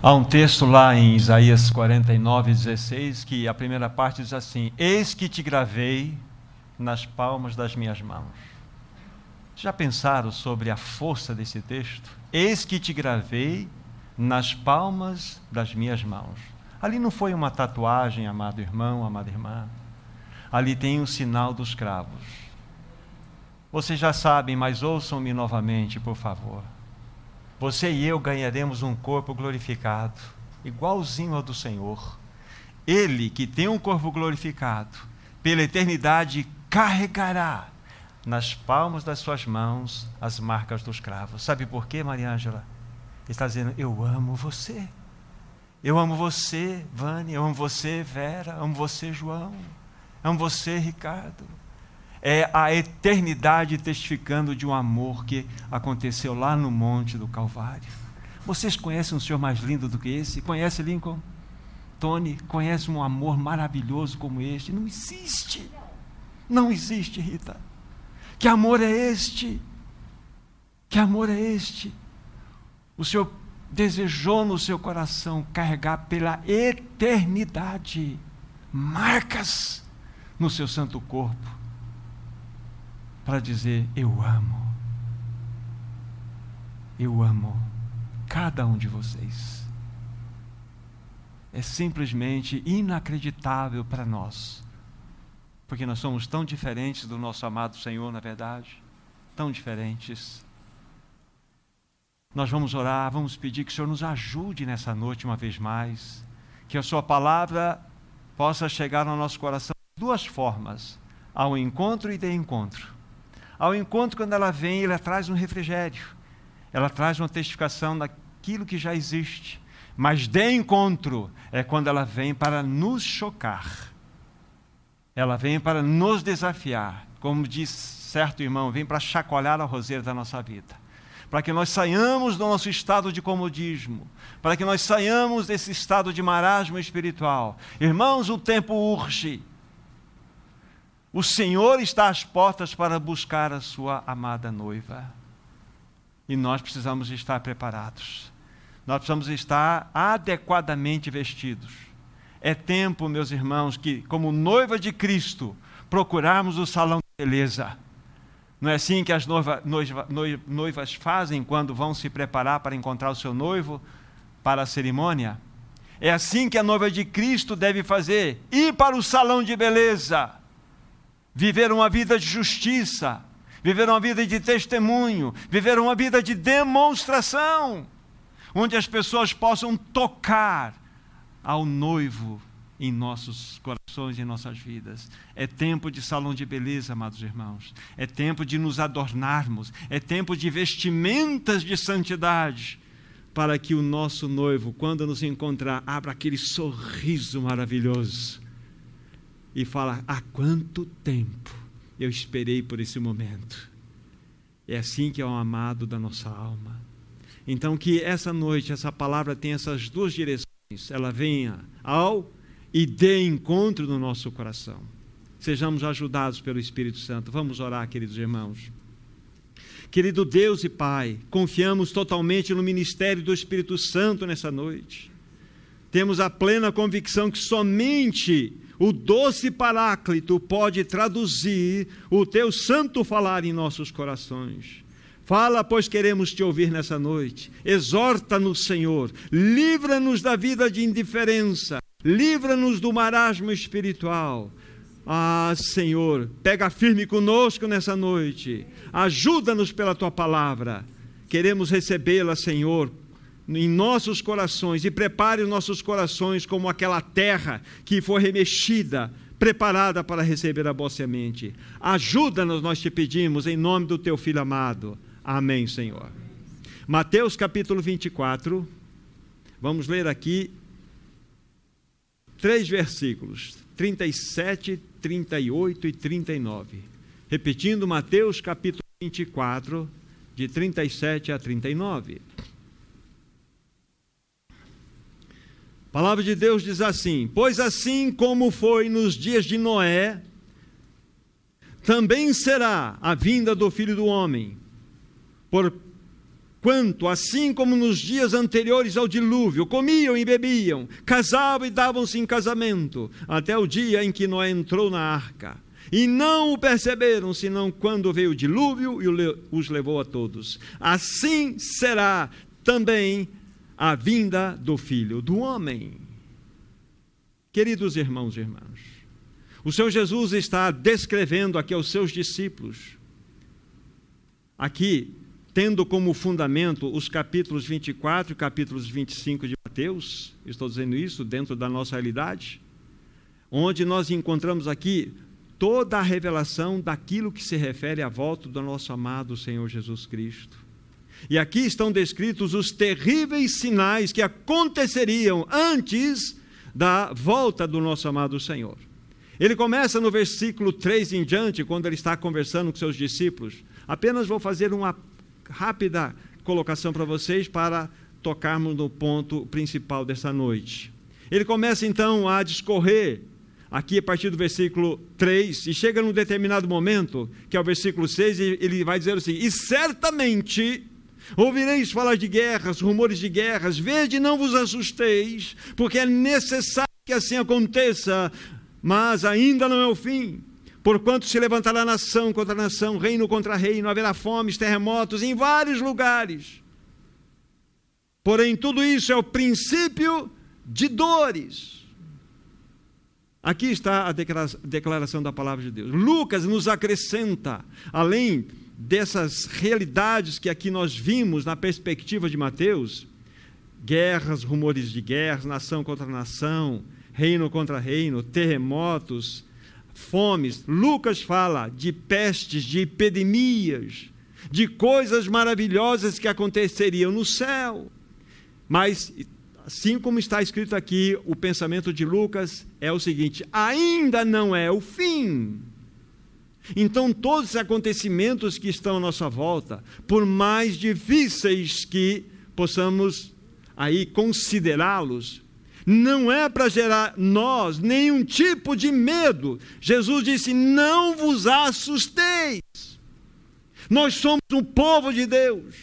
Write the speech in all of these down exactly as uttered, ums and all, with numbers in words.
Há um texto lá em Isaías quarenta e nove, dezesseis, que a primeira parte diz assim: eis que te gravei nas palmas das minhas mãos. Já pensaram sobre a força desse texto? Eis que te gravei nas palmas das minhas mãos. Ali não foi uma tatuagem, amado irmão, amada irmã. Ali tem o sinal dos cravos. Vocês já sabem, mas ouçam-me novamente, por favor. Você e eu ganharemos um corpo glorificado, igualzinho ao do Senhor. Ele, que tem um corpo glorificado, pela eternidade carregará nas palmas das suas mãos as marcas dos cravos. Sabe por quê, Maria Ângela? Ele está dizendo: eu amo você. Eu amo você, Vânia. Eu amo você, Vera. Eu amo você, João. Eu amo você, Ricardo. É a eternidade testificando de um amor que aconteceu lá no Monte do Calvário. Vocês conhecem um Senhor mais lindo do que esse? Conhece Lincoln? Tony, conhece um amor maravilhoso como este? Não existe. Não existe, Rita. Que amor é este? Que amor é este? O Senhor desejou no seu coração carregar pela eternidade marcas no seu santo corpo, para dizer: eu amo, eu amo cada um de vocês. É simplesmente inacreditável para nós, porque nós somos tão diferentes do nosso amado Senhor, na verdade, tão diferentes. Nós vamos orar, vamos pedir que o Senhor nos ajude nessa noite uma vez mais, que a sua palavra possa chegar no nosso coração de duas formas: ao encontro e de encontro. Ao encontro, quando ela vem, ela traz um refrigério, ela traz uma testificação daquilo que já existe. Mas de encontro é quando ela vem para nos chocar, ela vem para nos desafiar, como diz certo irmão, vem para chacoalhar a roseira da nossa vida, para que nós saiamos do nosso estado de comodismo, para que nós saiamos desse estado de marasmo espiritual. Irmãos, o tempo urge. O Senhor está às portas para buscar a sua amada noiva. E nós precisamos estar preparados. Nós precisamos estar adequadamente vestidos. É tempo, meus irmãos, que, como noiva de Cristo, procurarmos o salão de beleza. Não é assim que as noiva, noiva, noivas fazem quando vão se preparar para encontrar o seu noivo para a cerimônia? É assim que a noiva de Cristo deve fazer: ir para o salão de beleza. Viver uma vida de justiça, viver uma vida de testemunho, viver uma vida de demonstração, onde as pessoas possam tocar ao noivo em nossos corações e em nossas vidas. É tempo de salão de beleza, amados irmãos. É tempo de nos adornarmos, é tempo de vestimentas de santidade, para que o nosso noivo, quando nos encontrar, abra aquele sorriso maravilhoso e fala: há quanto tempo eu esperei por esse momento. É assim que é o amado da nossa alma. Então, que essa noite, essa palavra tenha essas duas direções. Ela venha ao e dê encontro no nosso coração. Sejamos ajudados pelo Espírito Santo. Vamos orar, queridos irmãos. Querido Deus e Pai, confiamos totalmente no ministério do Espírito Santo nessa noite. Temos a plena convicção que somente o doce Paráclito pode traduzir o teu santo falar em nossos corações. Fala, pois queremos te ouvir nessa noite. Exorta-nos, Senhor. Livra-nos da vida de indiferença. Livra-nos do marasmo espiritual. Ah, Senhor, pega firme conosco nessa noite. Ajuda-nos pela tua palavra. Queremos recebê-la, Senhor, em nossos corações, e prepare os nossos corações como aquela terra que foi remexida, preparada para receber a boa semente. Ajuda-nos, nós te pedimos, em nome do teu Filho amado. Amém, Senhor. Mateus capítulo vinte e quatro, vamos ler aqui três versículos, trinta e sete, trinta e oito e trinta e nove. Repetindo, Mateus capítulo vinte e quatro, de trinta e sete a trinta e nove. A palavra de Deus diz assim: pois assim como foi nos dias de Noé, também será a vinda do Filho do Homem. Por, quanto, assim como nos dias anteriores ao dilúvio, comiam e bebiam, casavam e davam-se em casamento, até o dia em que Noé entrou na arca. E não o perceberam, senão quando veio o dilúvio e os levou a todos. Assim será também a vinda do Filho do Homem. Queridos irmãos e irmãs, o Senhor Jesus está descrevendo aqui aos seus discípulos, aqui, tendo como fundamento os capítulos vinte e quatro e capítulos vinte e cinco de Mateus, estou dizendo isso dentro da nossa realidade, onde nós encontramos aqui toda a revelação daquilo que se refere à volta do nosso amado Senhor Jesus Cristo. E aqui estão descritos os terríveis sinais que aconteceriam antes da volta do nosso amado Senhor. Ele começa no versículo três em diante, quando ele está conversando com seus discípulos. Apenas vou fazer uma rápida colocação para vocês para tocarmos no ponto principal dessa noite. Ele começa então a discorrer aqui a partir do versículo três, e chega num determinado momento, que é o versículo seis, e ele vai dizer assim: e certamente ouvireis falar de guerras, rumores de guerras, vede e não vos assusteis, porque é necessário que assim aconteça, mas ainda não é o fim. Porquanto se levantará nação contra nação, reino contra reino, haverá fomes, terremotos em vários lugares. Porém, tudo isso é o princípio de dores. Aqui está a declaração da palavra de Deus. Lucas nos acrescenta, além dessas realidades que aqui nós vimos na perspectiva de Mateus, guerras, rumores de guerras, nação contra nação, reino contra reino, terremotos, fomes. Lucas fala de pestes, de epidemias, de coisas maravilhosas que aconteceriam no céu. Mas, assim como está escrito aqui, o pensamento de Lucas é o seguinte: ainda não é o fim. Então, todos os acontecimentos que estão à nossa volta, por mais difíceis que possamos aí considerá-los, não é para gerar nós nenhum tipo de medo. Jesus disse: não vos assusteis. Nós somos o povo de Deus.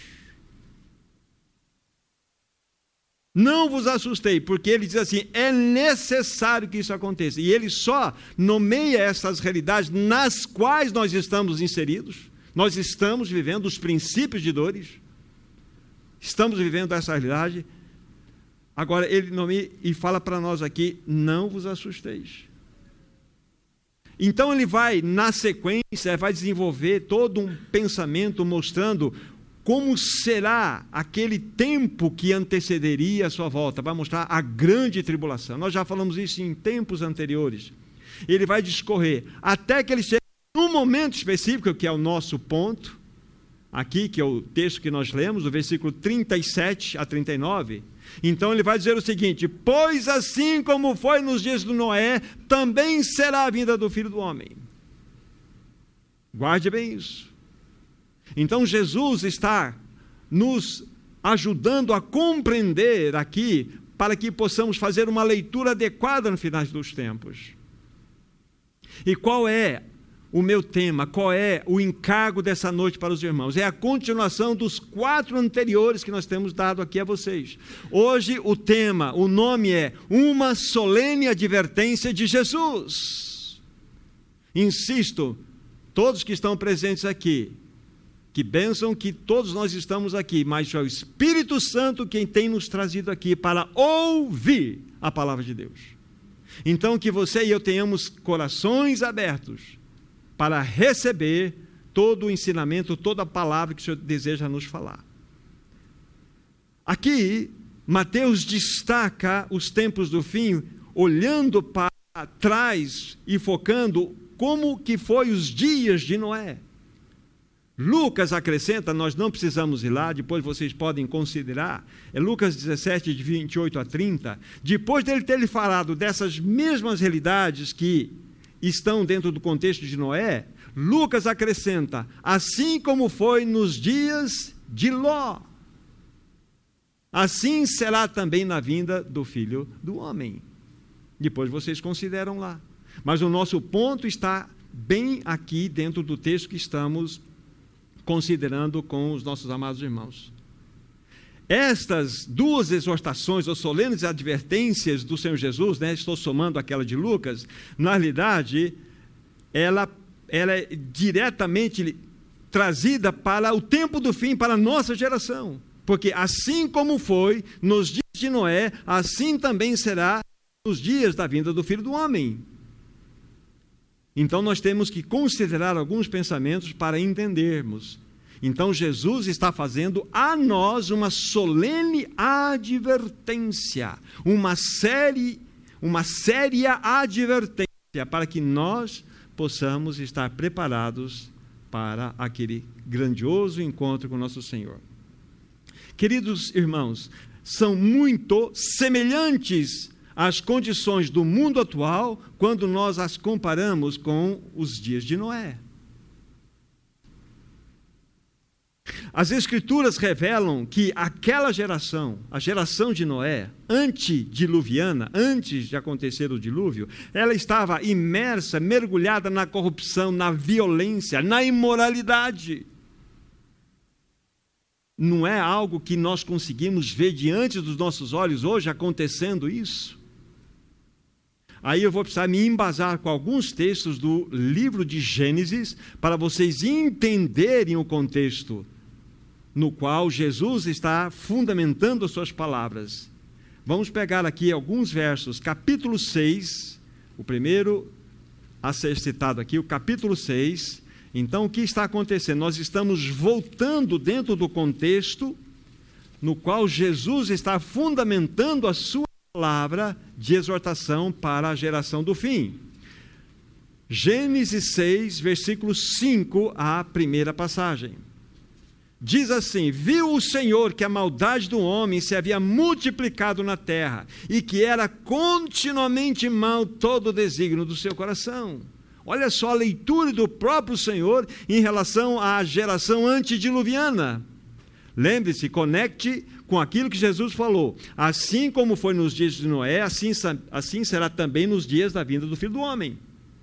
Não vos assustei, porque ele diz assim: é necessário que isso aconteça. E ele só nomeia essas realidades nas quais nós estamos inseridos. Nós estamos vivendo os princípios de dores. Estamos vivendo essa realidade. Agora, ele nomeia e fala para nós aqui: não vos assusteis. Então, ele vai, na sequência, vai desenvolver todo um pensamento mostrando como será aquele tempo que antecederia a sua volta. Vai mostrar a grande tribulação. Nós já falamos isso em tempos anteriores. Ele vai discorrer até que ele chegue num momento específico, que é o nosso ponto, aqui, que é o texto que nós lemos, o versículo trinta e sete a trinta e nove. Então ele vai dizer o seguinte: pois assim como foi nos dias do Noé, também será a vinda do Filho do Homem. Guarde bem isso. Então Jesus está nos ajudando a compreender aqui, para que possamos fazer uma leitura adequada no final dos tempos. E qual é o meu tema, qual é o encargo dessa noite para os irmãos? É a continuação dos quatro anteriores que nós temos dado aqui a vocês. Hoje o tema, o nome é Uma Solene Advertência de Jesus. Insisto, todos que estão presentes aqui, que bênção que todos nós estamos aqui, mas é o Espírito Santo quem tem nos trazido aqui para ouvir a palavra de Deus. Então que você e eu tenhamos corações abertos para receber todo o ensinamento, toda a palavra que o Senhor deseja nos falar. Aqui, Mateus destaca os tempos do fim, olhando para trás e focando como que foi os dias de Noé. Lucas acrescenta, nós não precisamos ir lá, depois vocês podem considerar, é Lucas dezessete, de vinte e oito a trinta, depois dele ter falado dessas mesmas realidades que estão dentro do contexto de Noé, Lucas acrescenta: assim como foi nos dias de Ló, assim será também na vinda do Filho do Homem. Depois vocês consideram lá. Mas o nosso ponto está bem aqui dentro do texto que estamos considerando com os nossos amados irmãos. estas duas exortações ou solenes advertências do Senhor Jesus, né, estou somando aquela de Lucas, na realidade, ela, ela é diretamente trazida para o tempo do fim, para a nossa geração. Porque assim como foi nos dias de Noé, assim também será nos dias da vinda do Filho do Homem. Então nós temos que considerar alguns pensamentos para entendermos. Então Jesus está fazendo a nós uma solene advertência, uma série, uma séria advertência para que nós possamos estar preparados para aquele grandioso encontro com nosso Senhor. Queridos irmãos, são muito semelhantes às condições do mundo atual quando nós as comparamos com os dias de Noé. As Escrituras revelam que aquela geração, a geração de Noé, antediluviana, antes de acontecer o dilúvio, ela estava imersa, mergulhada na corrupção, na violência, na imoralidade. Não é algo que nós conseguimos ver diante dos nossos olhos hoje acontecendo isso? Aí eu vou precisar me embasar com alguns textos do livro de Gênesis para vocês entenderem o contexto no qual Jesus está fundamentando as suas palavras. Vamos pegar aqui alguns versos, capítulo seis, o primeiro a ser citado aqui, o capítulo seis. Então, o que está acontecendo? Nós estamos voltando dentro do contexto no qual Jesus está fundamentando a sua palavra de exortação para a geração do fim. Gênesis seis, versículo cinco, a primeira passagem. Diz assim: viu o Senhor que a maldade do homem se havia multiplicado na terra e que era continuamente mau todo o desígnio do seu coração. Olha só a leitura do próprio Senhor em relação à geração antediluviana. Lembre-se, conecte com aquilo que Jesus falou. Assim como foi nos dias de Noé, assim, assim será também nos dias da vinda do Filho do Homem.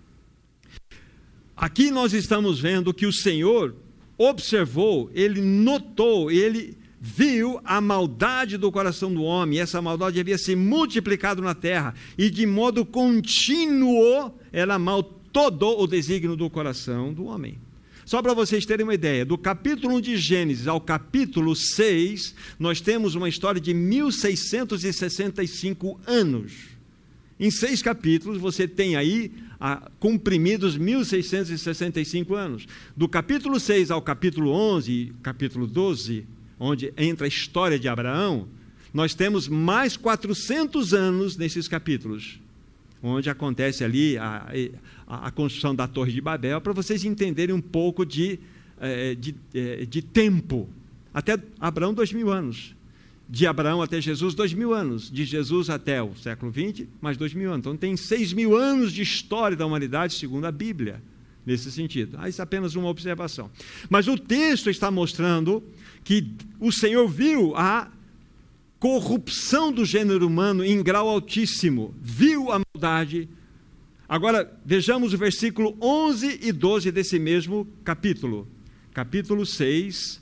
Aqui nós estamos vendo que o Senhor observou, ele notou, ele viu a maldade do coração do homem. Essa maldade havia se multiplicado na terra e de modo contínuo ela mal todo o desígnio do coração do homem. Só para vocês terem uma ideia, do capítulo um de Gênesis ao capítulo seis, nós temos uma história de mil seiscentos e sessenta e cinco anos. Em seis capítulos, você tem aí ah, comprimidos mil seiscentos e sessenta e cinco anos. Do capítulo seis ao capítulo onze, capítulo doze, onde entra a história de Abraão, nós temos mais quatrocentos anos nesses capítulos, onde acontece ali a, a, a construção da Torre de Babel, para vocês entenderem um pouco de, de, de tempo. Até Abraão, dois mil anos. De Abraão até Jesus, dois mil anos. De Jesus até o século vinte, mais dois mil anos. Então, tem seis mil anos de história da humanidade, segundo a Bíblia, nesse sentido. Ah, isso é apenas uma observação. Mas o texto está mostrando que o Senhor viu a corrupção do gênero humano em grau altíssimo, viu a maldade. Agora, vejamos o versículo onze e doze desse mesmo capítulo. Capítulo seis,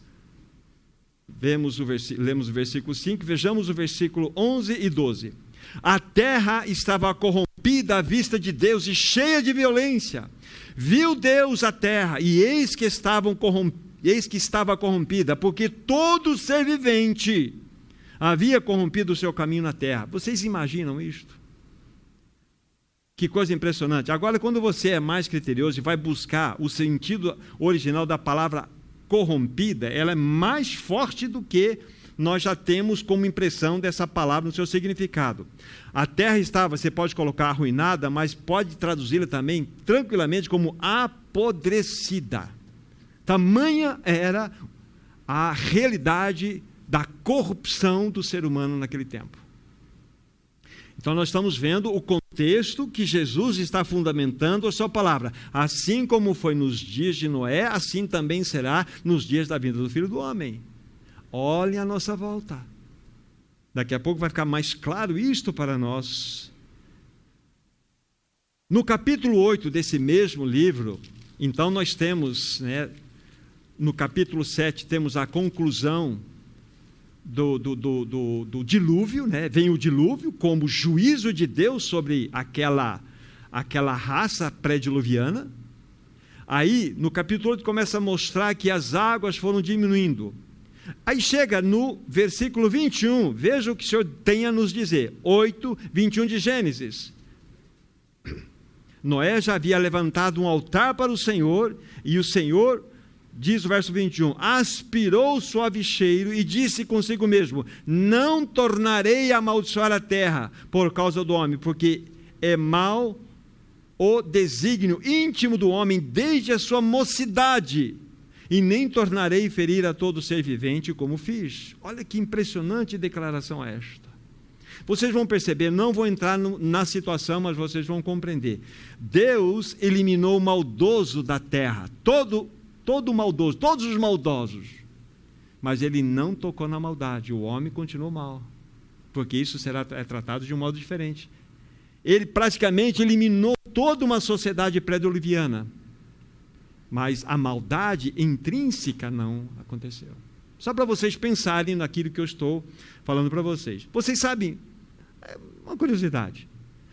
vemos o vers... lemos o versículo cinco, vejamos o versículo onze e doze. A terra estava corrompida à vista de Deus e cheia de violência. Viu Deus a terra, e eis que, estavam corromp... eis que estava corrompida, porque todo ser vivente havia corrompido o seu caminho na terra. Vocês imaginam isto? Que coisa impressionante. Agora, quando você é mais criterioso e vai buscar o sentido original da palavra corrompida, ela é mais forte do que nós já temos como impressão dessa palavra no seu significado. A terra estava, você pode colocar arruinada, mas pode traduzi-la também tranquilamente como apodrecida. Tamanha era a realidade da corrupção do ser humano naquele tempo. Então nós estamos vendo o contexto que Jesus está fundamentando a sua palavra. Assim como foi nos dias de Noé, assim também será nos dias da vinda do Filho do Homem. Olhem a nossa volta. Daqui a pouco vai ficar mais claro isto para nós. No capítulo oito desse mesmo livro, então nós temos, né, no capítulo sete, temos a conclusão do, do, do, do, do dilúvio, né? Vem o dilúvio como juízo de Deus sobre aquela, aquela raça pré-diluviana. Aí, no capítulo oito, começa a mostrar que as águas foram diminuindo. Aí chega no versículo vinte e um, veja o que o Senhor tem a nos dizer. oito, vinte e um de Gênesis. Noé já havia levantado um altar para o Senhor, e o Senhor, diz o verso vinte e um, aspirou o suave cheiro e disse consigo mesmo, não tornarei a amaldiçoar a terra por causa do homem, porque é mau o desígnio íntimo do homem desde a sua mocidade, e nem tornarei ferir a todo ser vivente como fiz. Olha que impressionante declaração esta. Vocês vão perceber, não vou entrar no, na situação, mas vocês vão compreender. Deus eliminou o maldoso da terra, todo, todo maldoso, todos os maldosos, mas Ele não tocou na maldade, o homem continuou mal, porque isso será é tratado de um modo diferente. Ele praticamente eliminou toda uma sociedade pré-diluviana, mas a maldade intrínseca não aconteceu. Só para vocês pensarem naquilo que eu estou falando para vocês. Vocês sabem, é uma curiosidade,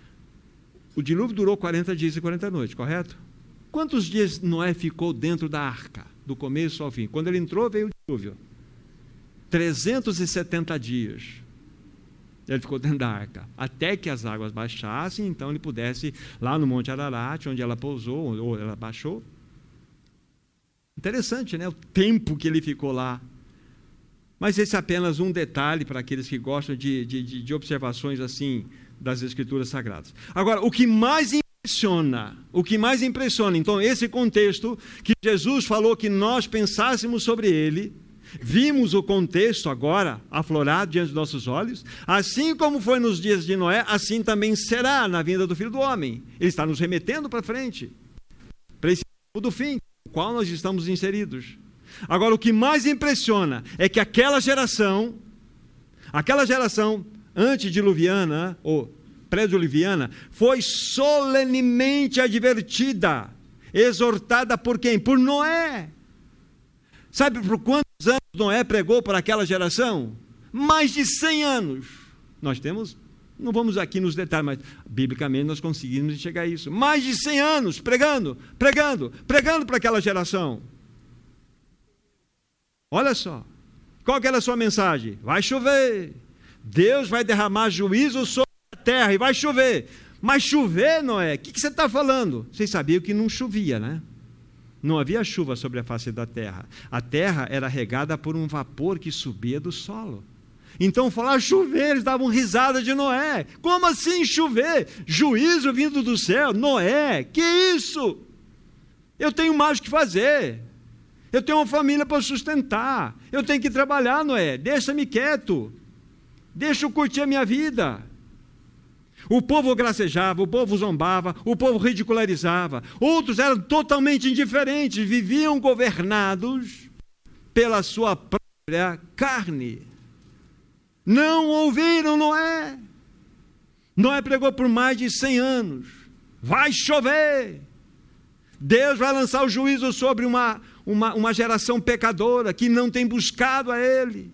o dilúvio durou quarenta dias e quarenta noites, correto? Quantos dias Noé ficou dentro da arca, do começo ao fim? Quando ele entrou, veio o dilúvio. trezentos e setenta dias. Ele ficou dentro da arca, até que as águas baixassem, então ele pudesse, lá no Monte Ararat, onde ela pousou, ou ela baixou. Interessante, né? O tempo que ele ficou lá. Mas esse é apenas um detalhe para aqueles que gostam de, de, de observações assim das Escrituras Sagradas. Agora, o que mais impressiona, o que mais impressiona, então, esse contexto que Jesus falou que nós pensássemos sobre ele, vimos o contexto agora aflorado diante dos nossos olhos, assim como foi nos dias de Noé, assim também será na vinda do Filho do Homem. Ele está nos remetendo para frente, para esse tempo do fim, no qual nós estamos inseridos. Agora, o que mais impressiona é que aquela geração, aquela geração antediluviana, ou pré-diluviana, foi solenemente advertida, exortada por quem? Por Noé. Sabe por quantos anos Noé pregou para aquela geração? Mais de cem anos. Nós temos, não vamos aqui nos detalhes, mas biblicamente nós conseguimos chegar a isso. Mais de cem anos pregando, pregando, pregando para aquela geração. Olha só, qual que era a sua mensagem? Vai chover, Deus vai derramar juízo sobre a terra e vai chover. Mas chover, Noé, o que, que você está falando? Vocês sabiam que não chovia, né? Não havia chuva sobre a face da terra. A terra era regada por um vapor que subia do solo. Então, falar chover, eles davam risada de Noé. Como assim chover? Juízo vindo do céu? Noé, que isso? Eu tenho mais o que fazer. Eu tenho uma família para sustentar. Eu tenho que trabalhar, Noé. Deixa-me quieto. Deixa eu curtir a minha vida. O povo gracejava, o povo zombava, o povo ridicularizava. Outros eram totalmente indiferentes, viviam governados pela sua própria carne. Não ouviram Noé. Noé pregou por mais de cem anos. Vai chover. Deus vai lançar o juízo sobre uma, uma, uma geração pecadora que não tem buscado a Ele.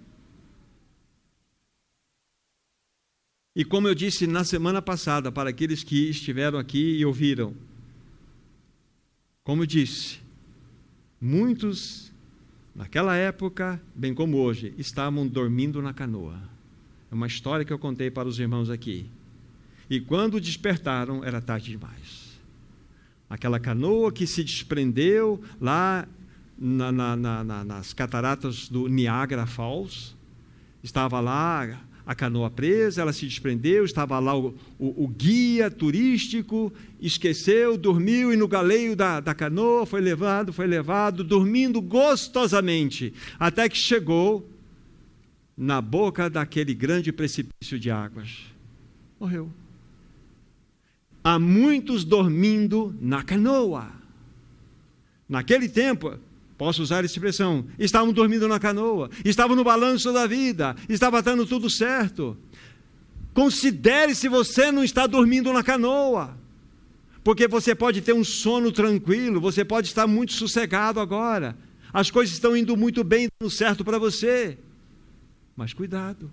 E como eu disse na semana passada, para aqueles que estiveram aqui e ouviram, como eu disse, muitos, naquela época, bem como hoje, estavam dormindo na canoa. É uma história que eu contei para os irmãos aqui. E quando despertaram, era tarde demais. Aquela canoa que se desprendeu lá na, na, na, na, nas cataratas do Niagara Falls, estava lá a canoa presa, ela se desprendeu, estava lá o, o, o guia turístico, esqueceu, dormiu e no galeio da, da canoa foi levado, foi levado, dormindo gostosamente, até que chegou na boca daquele grande precipício de águas. Morreu. Há muitos dormindo na canoa. Naquele tempo, posso usar essa expressão, estavam dormindo na canoa, estavam no balanço da vida, estava dando tudo certo. Considere se você não está dormindo na canoa, porque você pode ter um sono tranquilo, você pode estar muito sossegado agora, as coisas estão indo muito bem, dando certo para você. Mas cuidado.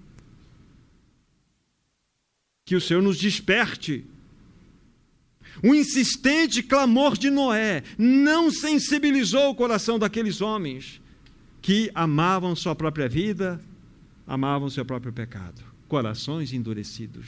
Que o Senhor nos desperte. O insistente clamor de Noé não sensibilizou o coração daqueles homens que amavam sua própria vida, amavam seu próprio pecado. Corações endurecidos.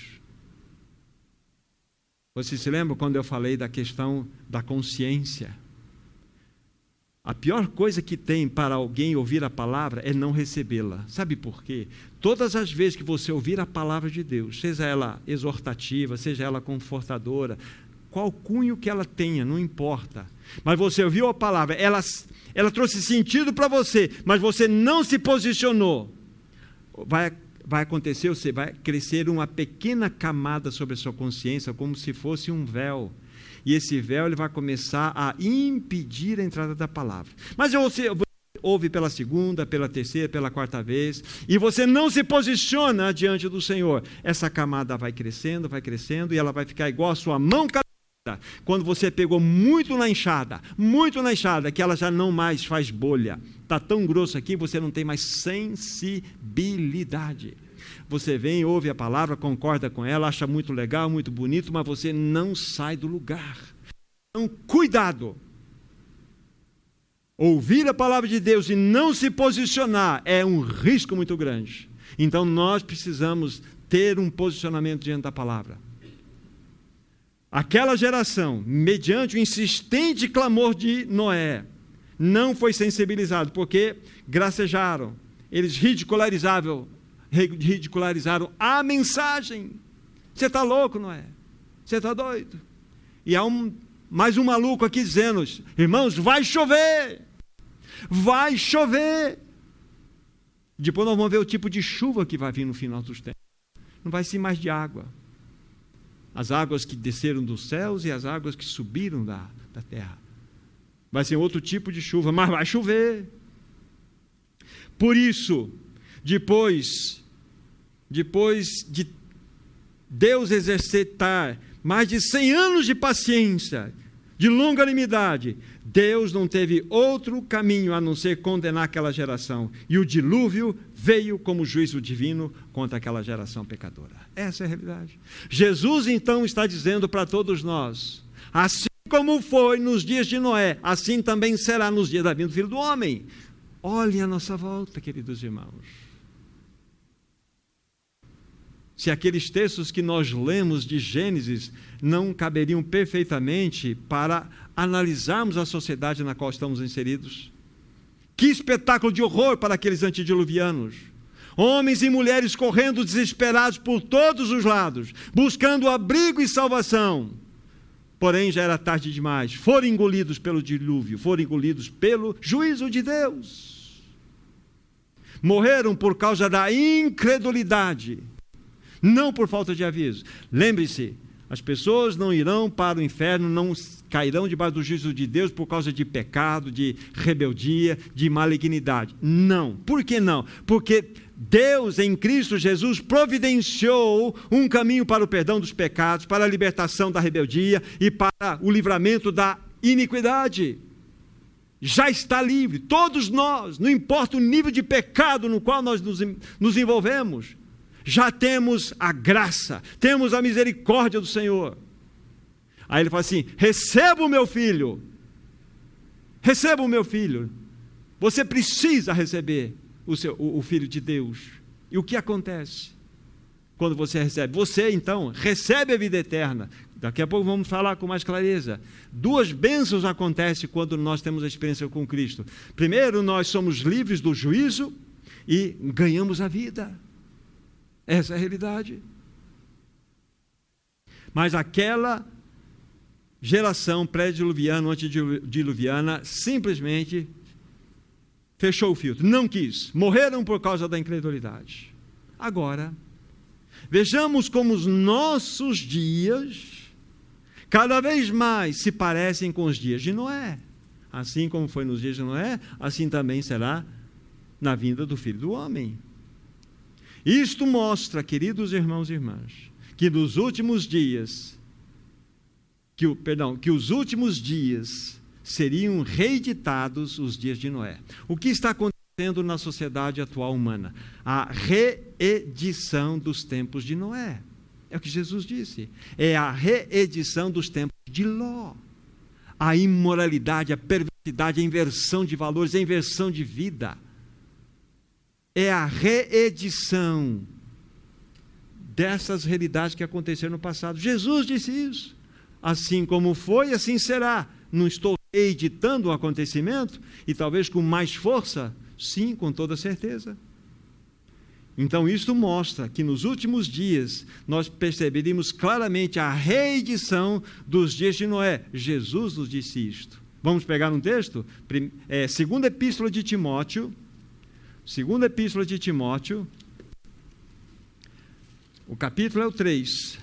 Você se lembra quando eu falei da questão da consciência? A pior coisa que tem para alguém ouvir a palavra é não recebê-la. Sabe por quê? Todas as vezes que você ouvir a palavra de Deus, seja ela exortativa, seja ela confortadora, qual cunho que ela tenha, não importa. Mas você ouviu a palavra, ela, ela trouxe sentido para você, mas você não se posicionou. Vai, vai acontecer, você vai crescer uma pequena camada sobre a sua consciência, como se fosse um véu. E esse véu ele vai começar a impedir a entrada da palavra. Mas você ouve pela segunda, pela terceira, pela quarta vez, e você não se posiciona diante do Senhor. Essa camada vai crescendo, vai crescendo, e ela vai ficar igual a sua mão calejada. Quando você pegou muito na enxada, muito na enxada, que ela já não mais faz bolha. Está tão grosso aqui, você não tem mais sensibilidade. Você vem, ouve a palavra, concorda com ela, acha muito legal, muito bonito, mas você não sai do lugar. Então, cuidado. Ouvir a palavra de Deus e não se posicionar é um risco muito grande. Então, nós precisamos ter um posicionamento diante da palavra. Aquela geração, mediante o insistente clamor de Noé, não foi sensibilizado, porque gracejaram, eles ridicularizavam ridicularizaram a mensagem. Você está louco, não é? Você está doido? E há um, mais um maluco aqui dizendo, irmãos, vai chover, vai chover. Depois nós vamos ver o tipo de chuva que vai vir no final dos tempos. Não vai ser mais de água. As águas que desceram dos céus e as águas que subiram da, da terra. Vai ser outro tipo de chuva, mas vai chover. Por isso, depois, depois de Deus exercitar mais de cem anos de paciência, de longanimidade, Deus não teve outro caminho a não ser condenar aquela geração. E o dilúvio veio como juízo divino contra aquela geração pecadora. Essa é a realidade. Jesus, então, está dizendo para todos nós, assim como foi nos dias de Noé, assim também será nos dias da vinda do Filho do Homem. Olhem a nossa volta, queridos irmãos. Se aqueles textos que nós lemos de Gênesis não caberiam perfeitamente para analisarmos a sociedade na qual estamos inseridos. Que espetáculo de horror para aqueles antediluvianos. Homens e mulheres correndo desesperados por todos os lados, buscando abrigo e salvação. Porém, já era tarde demais. Foram engolidos pelo dilúvio, foram engolidos pelo juízo de Deus. Morreram por causa da incredulidade. Não por falta de aviso. Lembre-se, as pessoas não irão para o inferno, não cairão debaixo do juízo de Deus por causa de pecado, de rebeldia, de malignidade. Não. Por que não? Porque Deus em Cristo Jesus providenciou um caminho para o perdão dos pecados, para a libertação da rebeldia e para o livramento da iniquidade. Já está livre. Todos nós, não importa o nível de pecado no qual nós nos, nos envolvemos, já temos a graça, temos a misericórdia do Senhor. Aí ele fala assim, receba o meu filho, receba o meu filho. Você precisa receber o, seu, o, o Filho de Deus. E o que acontece quando você recebe? Você, então, recebe a vida eterna. Daqui a pouco vamos falar com mais clareza. Duas bênçãos acontecem quando nós temos a experiência com Cristo. Primeiro, nós somos livres do juízo e ganhamos a vida. Essa é a realidade. Mas aquela geração pré-diluviana, antediluviana, simplesmente fechou o filtro, não quis, morreram por causa da incredulidade. Agora, vejamos como os nossos dias, cada vez mais se parecem com os dias de Noé. Assim como foi nos dias de Noé, assim também será na vinda do Filho do Homem. Isto mostra, queridos irmãos e irmãs, que nos últimos dias, que, o, perdão, que os últimos dias seriam reeditados os dias de Noé. O que está acontecendo acontecendo na sociedade atual humana? A reedição dos tempos de Noé. É o que Jesus disse. É a reedição dos tempos de Ló. A imoralidade, a perversidade, a inversão de valores, a inversão de vida. É a reedição dessas realidades que aconteceram no passado. Jesus disse isso. Assim como foi, assim será. Não estou editando o acontecimento, e talvez com mais força? Sim, com toda certeza. Então, isso mostra que nos últimos dias nós perceberíamos claramente a reedição dos dias de Noé. Jesus nos disse isto. Vamos pegar um texto? É, segunda Epístola de Timóteo. Segunda Epístola de Timóteo. O capítulo é o três.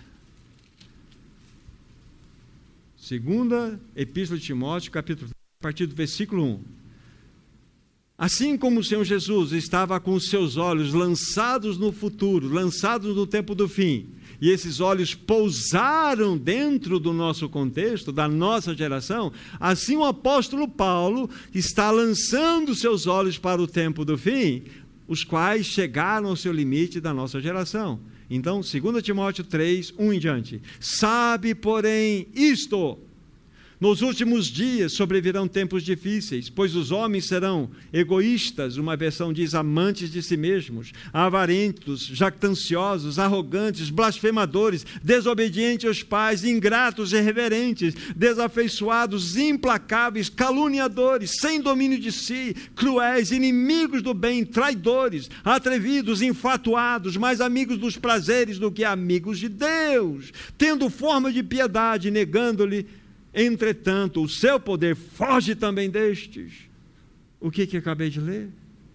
Segunda Epístola de Timóteo, capítulo três, a partir do versículo um. Assim como o Senhor Jesus estava com os seus olhos lançados no futuro, lançados no tempo do fim, e esses olhos pousaram dentro do nosso contexto, da nossa geração, assim o apóstolo Paulo está lançando seus olhos para o tempo do fim, os quais chegaram ao seu limite da nossa geração. Então, segunda Timóteo três, um em diante. Sabe, porém, isto: nos últimos dias sobrevirão tempos difíceis, pois os homens serão egoístas, uma versão diz amantes de si mesmos, avarentos, jactanciosos, arrogantes, blasfemadores, desobedientes aos pais, ingratos, irreverentes, desafeiçoados, implacáveis, caluniadores, sem domínio de si, cruéis, inimigos do bem, traidores, atrevidos, enfatuados, mais amigos dos prazeres do que amigos de Deus, tendo forma de piedade, negando-lhe, entretanto, o seu poder foge também destes. O que, que eu acabei de ler?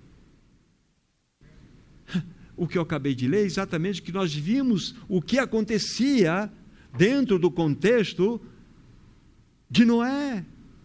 O que eu acabei de ler é exatamente que nós vimos o que acontecia dentro do contexto de Noé.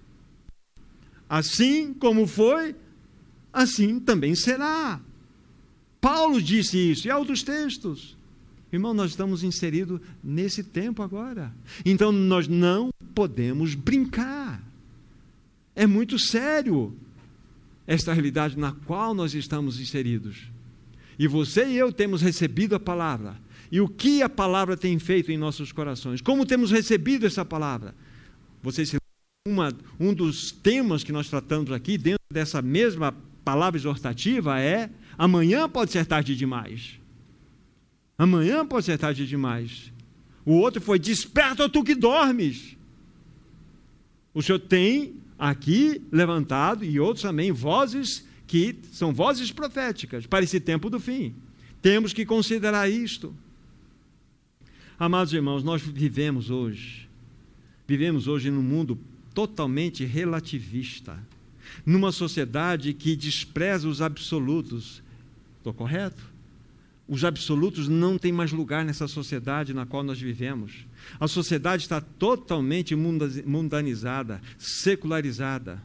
Assim como foi, assim também será. Paulo disse isso, e há outros textos. Irmão, nós estamos inseridos nesse tempo agora. Então, nós não podemos brincar. É muito sério esta realidade na qual nós estamos inseridos. E você e eu temos recebido a palavra. E o que a palavra tem feito em nossos corações? Como temos recebido essa palavra? Vocês se lembram, uma, um dos temas que nós tratamos aqui, dentro dessa mesma palavra exortativa, é: amanhã pode ser tarde demais. Amanhã pode ser tarde demais. O outro foi: desperta tu que dormes. O Senhor tem aqui levantado, e outros também, vozes que são vozes proféticas para esse tempo do fim. Temos que considerar isto. Amados irmãos, nós vivemos hoje, vivemos hoje num mundo totalmente relativista, numa sociedade que despreza os absolutos. Estou correto? Os absolutos não têm mais lugar nessa sociedade na qual nós vivemos. A sociedade está totalmente mundanizada, secularizada,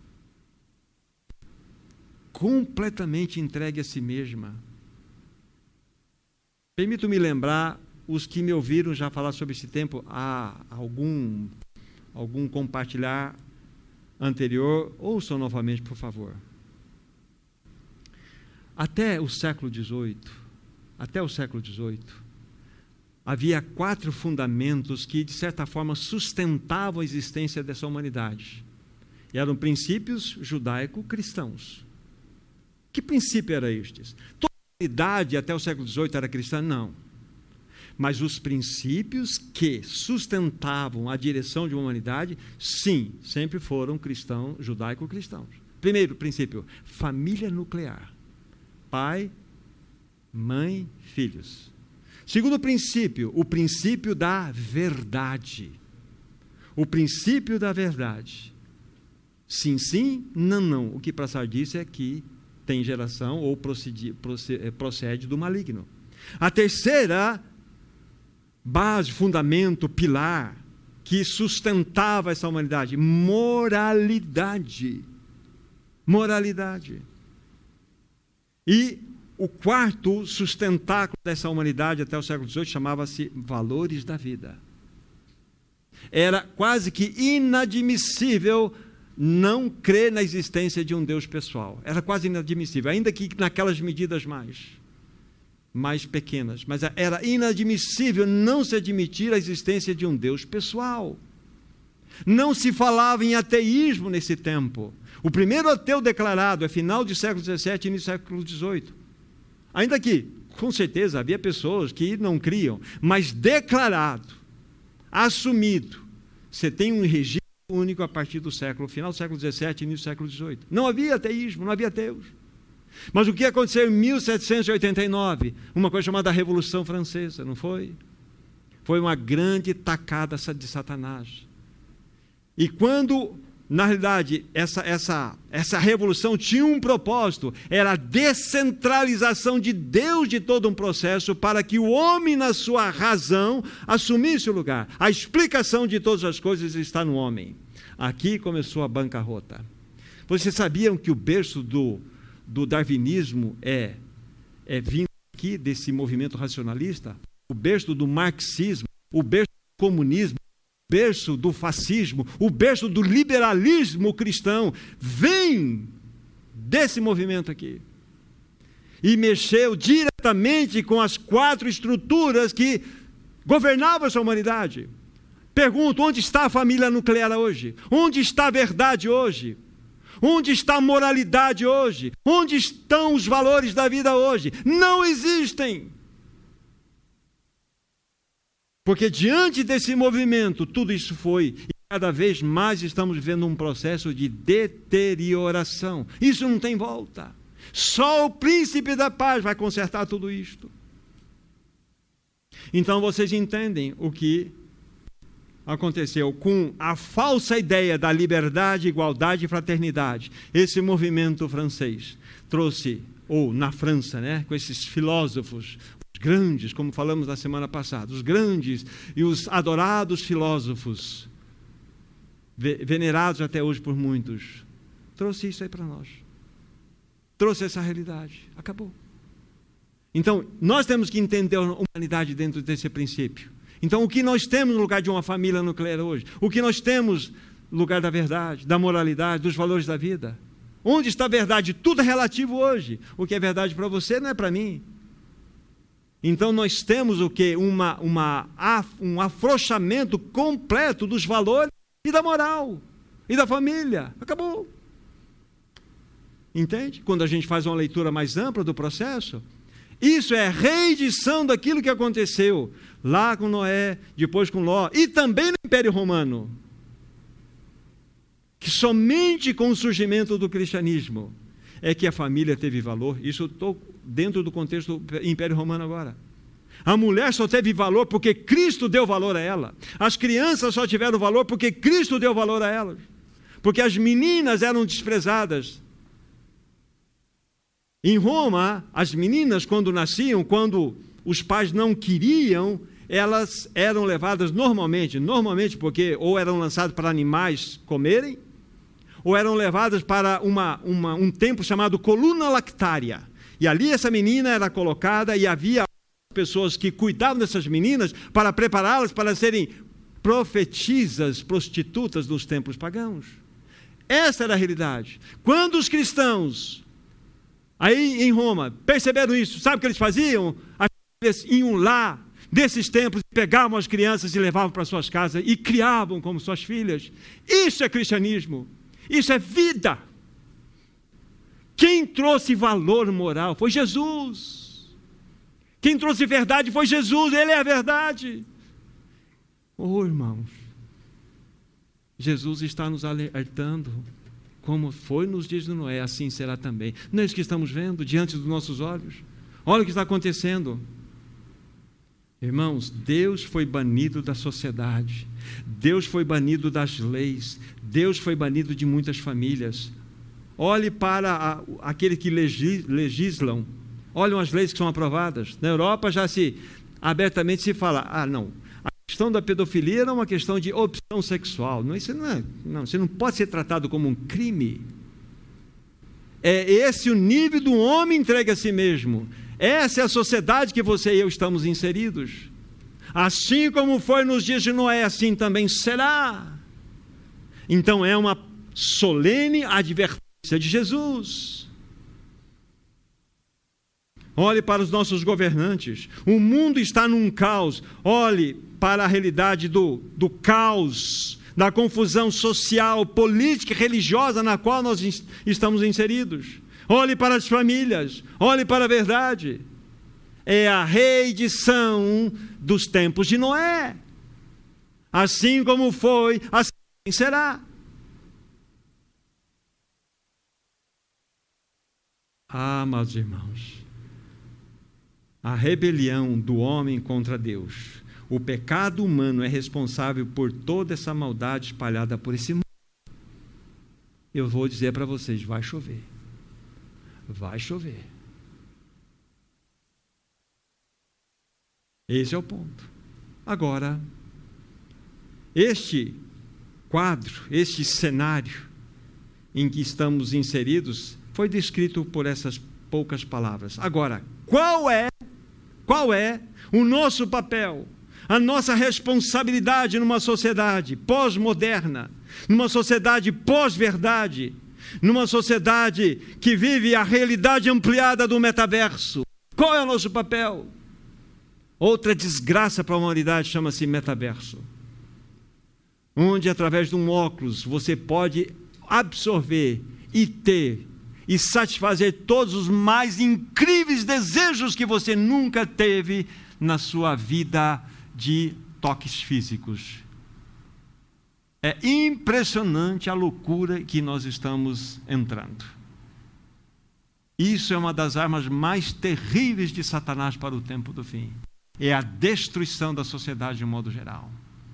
completamente entregue a si mesma. Permito-me lembrar, os que me ouviram já falar sobre esse tempo, há algum, algum compartilhar anterior, ouçam novamente, por favor. Até o século dezoito, Até o século dezoito, havia quatro fundamentos que, de certa forma, sustentavam a existência dessa humanidade. E eram princípios judaico-cristãos. Que princípio era estes? Toda a humanidade até o século dezoito era cristã? Não. Mas os princípios que sustentavam a direção de uma humanidade, sim, sempre foram cristãos, judaico-cristãos. Primeiro princípio: família nuclear. Pai, mãe, filhos. Segundo princípio, o princípio da verdade. O princípio da verdade. Sim, sim, não, não. O que passar disso é que tem geração ou procede, procede do maligno. A terceira base, fundamento, pilar, que sustentava essa humanidade: moralidade. Moralidade. E o quarto sustentáculo dessa humanidade até o século dezoito chamava-se valores da vida. Era quase que inadmissível não crer na existência de um Deus pessoal. Era quase inadmissível, ainda que naquelas medidas mais, mais pequenas. Mas era inadmissível não se admitir a existência de um Deus pessoal. Não se falava em ateísmo nesse tempo. O primeiro ateu declarado é final do século dezessete e início do século dezoito. Ainda que, com certeza, havia pessoas que não criam, mas declarado, assumido, você tem um regime único a partir do século, final do século dezessete e início do século dezoito. Não havia ateísmo, não havia ateus. Mas o que aconteceu em mil setecentos e oitenta e nove? Uma coisa chamada Revolução Francesa, não foi? Foi uma grande tacada de Satanás. E quando, na realidade, essa, essa, essa revolução tinha um propósito, era a descentralização de Deus de todo um processo para que o homem, na sua razão, assumisse o lugar. A explicação de todas as coisas está no homem. Aqui começou a bancarrota. Vocês sabiam que o berço do, do darwinismo é, é vindo aqui desse movimento racionalista? O berço do marxismo, o berço do comunismo, o berço do fascismo, o berço do liberalismo cristão, vem desse movimento aqui. E mexeu diretamente com as quatro estruturas que governavam essa humanidade. Pergunto, onde está a família nuclear hoje? Onde está a verdade hoje? Onde está a moralidade hoje? Onde estão os valores da vida hoje? Não existem. Porque diante desse movimento, tudo isso foi, e cada vez mais estamos vivendo um processo de deterioração. Isso não tem volta. Só o príncipe da paz vai consertar tudo isto. Então vocês entendem o que aconteceu com a falsa ideia da liberdade, igualdade e fraternidade. Esse movimento francês trouxe, ou na França, né, com esses filósofos grandes, como falamos na semana passada, os grandes e os adorados filósofos, venerados até hoje por muitos, trouxe isso aí para nós. Trouxe essa realidade. Acabou. Então, nós temos que entender a humanidade dentro desse princípio. Então, o que nós temos no lugar de uma família nuclear hoje? O que nós temos no lugar da verdade, da moralidade, dos valores da vida? Onde está a verdade? Tudo é relativo hoje. O que é verdade para você não é para mim. Então, nós temos o quê? Uma, uma, um afrouxamento completo dos valores e da moral e da família. Acabou. Entende? Quando a gente faz uma leitura mais ampla do processo, isso é reedição daquilo que aconteceu lá com Noé, depois com Ló, e também no Império Romano. Que somente com o surgimento do cristianismo é que a família teve valor. Isso eu estou dentro do contexto do Império Romano agora. A mulher só teve valor porque Cristo deu valor a ela. As crianças só tiveram valor porque Cristo deu valor a elas. Porque as meninas eram desprezadas. Em Roma, as meninas, quando nasciam, quando os pais não queriam, elas eram levadas normalmente, normalmente porque ou eram lançadas para animais comerem, ou eram levadas para uma, uma, um templo chamado coluna lactária. E ali essa menina era colocada e havia pessoas que cuidavam dessas meninas para prepará-las para serem profetisas, prostitutas dos templos pagãos. Essa era a realidade. Quando os cristãos, aí em Roma, perceberam isso, sabe o que eles faziam? As famílias iam lá, desses templos, pegavam as crianças e levavam para suas casas e criavam como suas filhas. Isso é cristianismo. Isso é vida. Quem trouxe valor moral foi Jesus. Quem trouxe verdade foi Jesus. Ele é a verdade. Oh, irmãos, Jesus está nos alertando. Como foi nos dias de Noé, assim será também. Não é isso que estamos vendo diante dos nossos olhos? Olha o que está acontecendo. Irmãos, Deus foi banido da sociedade. Deus foi banido das leis. Deus foi banido de muitas famílias. Olhe para a, aqueles que legis, legislam. Olhem as leis que são aprovadas. Na Europa já se abertamente se fala, ah, não, a questão da pedofilia era uma questão de opção sexual. Não, isso não é, não, você não pode ser tratado como um crime. É esse o nível do homem entregue a si mesmo. Essa é a sociedade que você e eu estamos inseridos. Assim como foi nos dias de Noé, assim também será. Então é uma solene advertência de Jesus. Olhe para os nossos governantes. O mundo está num caos. Olhe para a realidade do, do caos, da confusão social, política e religiosa na qual nós estamos inseridos. Olhe para as famílias. Olhe para a verdade. É a reedição dos tempos de Noé. Assim como foi, assim será. Ah, meus irmãos, a rebelião do homem contra Deus, o pecado humano é responsável por toda essa maldade espalhada por esse mundo. Eu vou dizer para vocês, vai chover. Vai chover. Esse é o ponto. Agora, este quadro, este cenário em que estamos inseridos, foi descrito por essas poucas palavras. Agora, qual é, qual é o nosso papel, a nossa responsabilidade numa sociedade pós-moderna, numa sociedade pós-verdade, numa sociedade que vive a realidade ampliada do metaverso? Qual é o nosso papel? Outra desgraça para a humanidade chama-se metaverso, onde através de um óculos você pode absorver e ter e satisfazer todos os mais incríveis desejos que você nunca teve na sua vida de toques físicos. É impressionante a loucura que nós estamos entrando. Isso é uma das armas mais terríveis de Satanás para o tempo do fim. É a destruição da sociedade de um modo geral.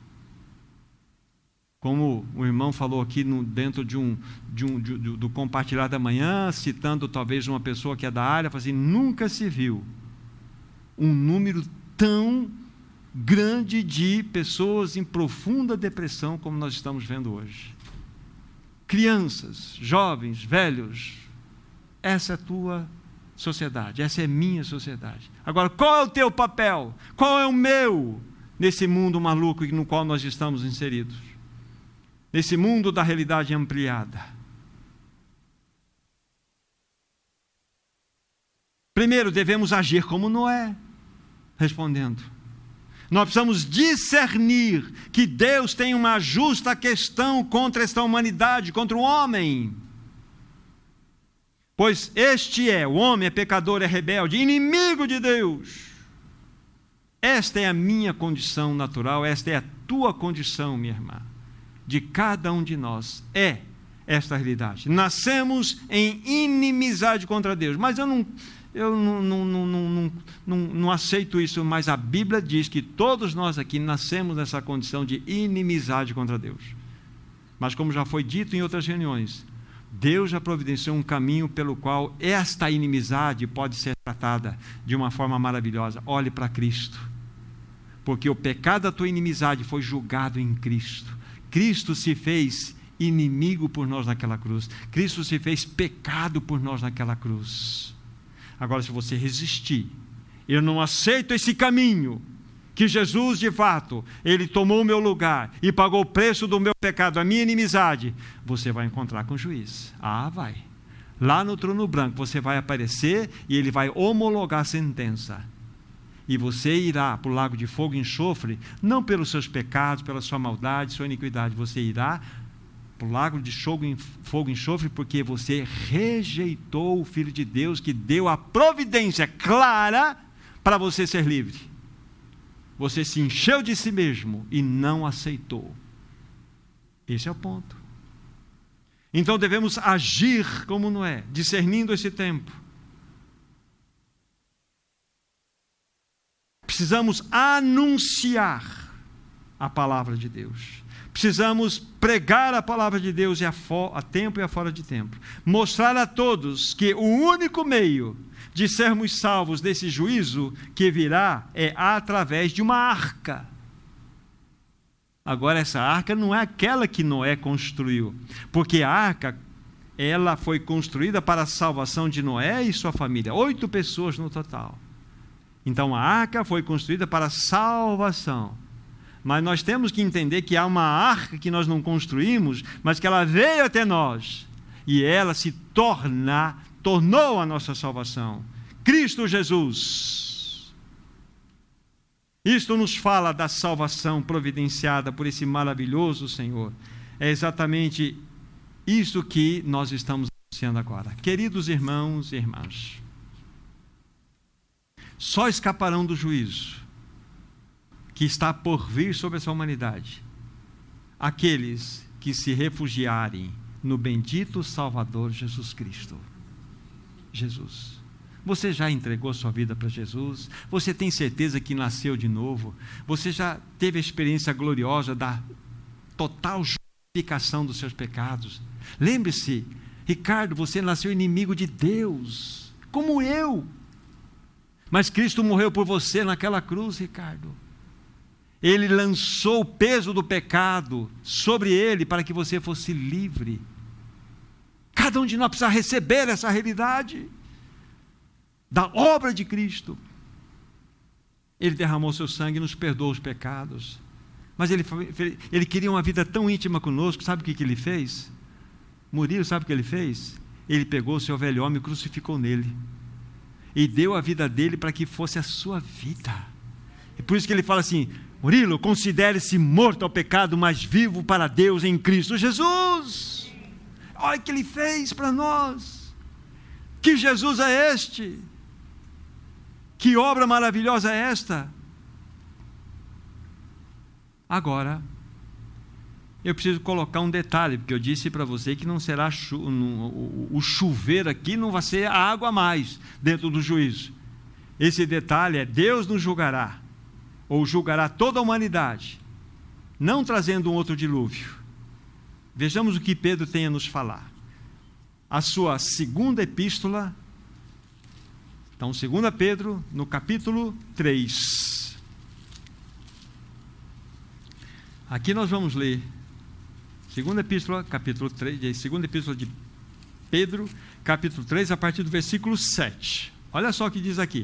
Como o irmão falou aqui no, dentro de um, de um, de, do compartilhar da manhã, citando talvez uma pessoa que é da área, falou assim, nunca se viu um número tão grande de pessoas em profunda depressão como nós estamos vendo hoje. Crianças, jovens, velhos, essa é a tua sociedade, essa é a minha sociedade. Agora, qual é o teu papel? Qual é o meu nesse mundo maluco no qual nós estamos inseridos? Nesse mundo da realidade ampliada. Primeiro, devemos agir como Noé, respondendo. Nós precisamos discernir que Deus tem uma justa questão contra esta humanidade, contra o homem. Pois este é, o homem é pecador, é rebelde, inimigo de Deus. Esta é a minha condição natural, esta é a tua condição, minha irmã. De cada um de nós é esta realidade. Nascemos em inimizade contra Deus. Mas eu não, eu não, não, não, não, não, não aceito isso, mas a Bíblia diz que todos nós aqui nascemos nessa condição de inimizade contra Deus. Mas como já foi dito em outras reuniões, Deus já providenciou um caminho pelo qual esta inimizade pode ser tratada de uma forma maravilhosa. Olhe para Cristo, porque o pecado da tua inimizade foi julgado em Cristo. Cristo se fez inimigo por nós naquela cruz. Cristo se fez pecado por nós naquela cruz. Agora, se você resistir, eu não aceito esse caminho, que Jesus, de fato, Ele tomou o meu lugar e pagou o preço do meu pecado, a minha inimizade, você vai encontrar com o juiz. Ah, vai. Lá no trono branco, você vai aparecer e Ele vai homologar a sentença. E você irá para o lago de fogo e enxofre, não pelos seus pecados, pela sua maldade, sua iniquidade. Você irá para o lago de fogo e enxofre porque você rejeitou o Filho de Deus que deu a providência clara para você ser livre. Você se encheu de si mesmo e não aceitou. Esse é o ponto. Então devemos agir como Noé, discernindo esse tempo. Precisamos anunciar a palavra de Deus. Precisamos pregar a palavra de Deus a, fo- a tempo e a fora de tempo. Mostrar a todos que o único meio de sermos salvos desse juízo que virá é através de uma arca. Agora, essa arca não é aquela que Noé construiu, porque a arca, ela foi construída para a salvação de Noé e sua família, oito pessoas no total. Então a arca foi construída para a salvação Mas nós temos que entender que há uma arca que nós não construímos, mas que ela veio até nós. E ela se torna, tornou a nossa salvação. Cristo Jesus. Isto nos fala da salvação providenciada por esse maravilhoso Senhor. É exatamente isso que nós estamos anunciando agora. Queridos irmãos e irmãs, só escaparão do juízo que está por vir sobre essa humanidade aqueles que se refugiarem no bendito Salvador Jesus Cristo. Jesus. Você já entregou sua vida para Jesus? Você tem certeza que nasceu de novo? Você já teve a experiência gloriosa da total justificação dos seus pecados? Lembre-se, Ricardo, você nasceu inimigo de Deus, como eu. Mas Cristo morreu por você naquela cruz, Ricardo. Ele lançou o peso do pecado sobre ele para que você fosse livre. Cada um de nós precisa receber essa realidade da obra de Cristo. Ele derramou seu sangue e nos perdoou os pecados. Mas ele, ele queria uma vida tão íntima conosco. Sabe o que, que ele fez? Murilo, sabe o que ele fez? Ele pegou o seu velho homem e crucificou nele. E deu a vida dele para que fosse a sua vida. E por isso que ele fala assim: Murilo, considere-se morto ao pecado, mas vivo para Deus em Cristo Jesus. Olha o que ele fez para nós. Que Jesus é este? Que obra maravilhosa é esta? Agora, eu preciso colocar um detalhe, porque eu disse para você que não será chu- no, o, o chuveiro aqui não vai ser a água a mais dentro do juízo. Esse detalhe é: Deus nos julgará, ou julgará toda a humanidade, não trazendo um outro dilúvio. Vejamos o que Pedro tem a nos falar. A sua segunda epístola, então, segunda Pedro, no capítulo três. Aqui nós vamos ler, segunda epístola, capítulo três, segunda epístola de Pedro, capítulo três, a partir do versículo sete. Olha só o que diz aqui.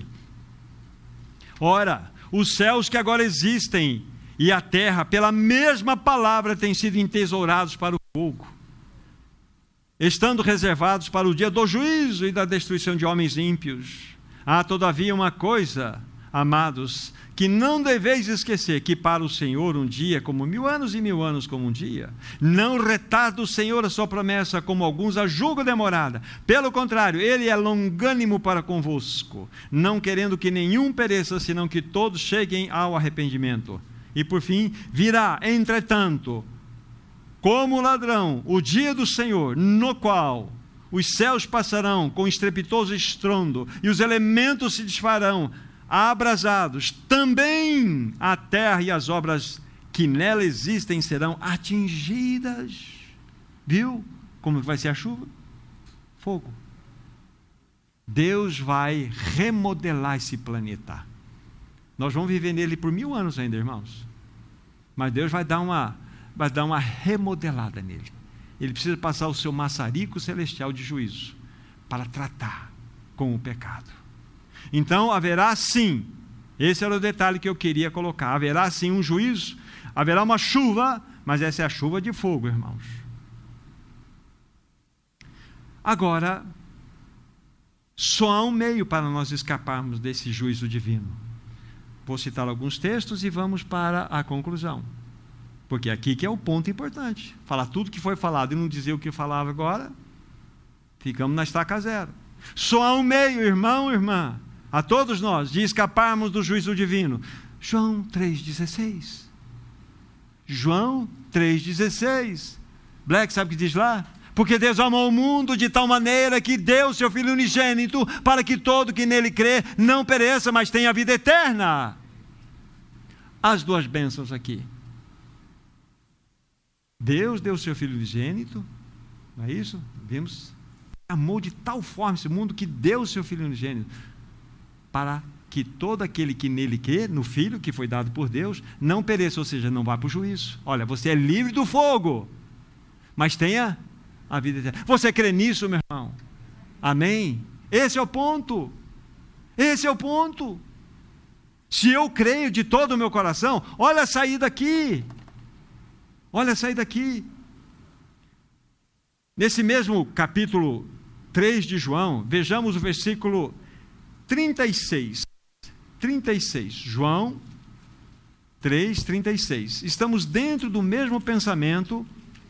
Ora, os céus que agora existem e a terra, pela mesma palavra, têm sido entesourados para o fogo, estando reservados para o dia do juízo e da destruição de homens ímpios. Há, todavia, uma coisa, amados, que não deveis esquecer, que para o Senhor um dia como mil anos e mil anos como um dia. Não retarda o Senhor a sua promessa, como alguns a julgam demorada. Pelo contrário, Ele é longânimo para convosco, não querendo que nenhum pereça, senão que todos cheguem ao arrependimento. E por fim, virá, entretanto, como ladrão, o dia do Senhor, no qual os céus passarão com estrepitoso estrondo, e os elementos se desfarão, abrasados. Também a terra e as obras que nela existem serão atingidas. Viu como vai ser a chuva? Fogo. Deus vai remodelar esse planeta. Nós vamos viver nele por mil anos ainda, irmãos. Mas Deus vai dar uma, vai dar uma remodelada nele. Ele precisa passar o seu maçarico celestial de juízo para tratar com o pecado. Então haverá sim, esse era o detalhe que eu queria colocar, haverá sim um juízo, haverá uma chuva, mas essa é a chuva de fogo, irmãos. Agora, só há um meio para nós escaparmos desse juízo divino. Vou citar alguns textos e vamos para a conclusão. Porque aqui que é o ponto importante. Falar tudo que foi falado e não dizer o que falava agora, ficamos na estaca zero. Só há um meio, irmão, irmã, a todos nós, de escaparmos do juízo divino. João três dezesseis. João três dezesseis. Black, sabe o que diz lá? Porque Deus amou o mundo de tal maneira que deu seu Filho unigênito, para que todo que nele crê não pereça, mas tenha vida eterna. As duas bênçãos aqui. Deus deu o seu Filho unigênito, não é isso? Vimos, amou de tal forma esse mundo que deu o seu Filho unigênito, para que todo aquele que nele crê, no Filho que foi dado por Deus, não pereça, ou seja, não vá para o juízo. Olha, você é livre do fogo, mas tenha a vida eterna. Você crê nisso, meu irmão? Amém? Esse é o ponto. Esse é o ponto. Se eu creio de todo o meu coração, olha a saída aqui. Olha a saída aqui. Nesse mesmo capítulo três de João, vejamos o versículo trinta e seis. trinta e seis. João três, trinta e seis. Estamos dentro do mesmo pensamento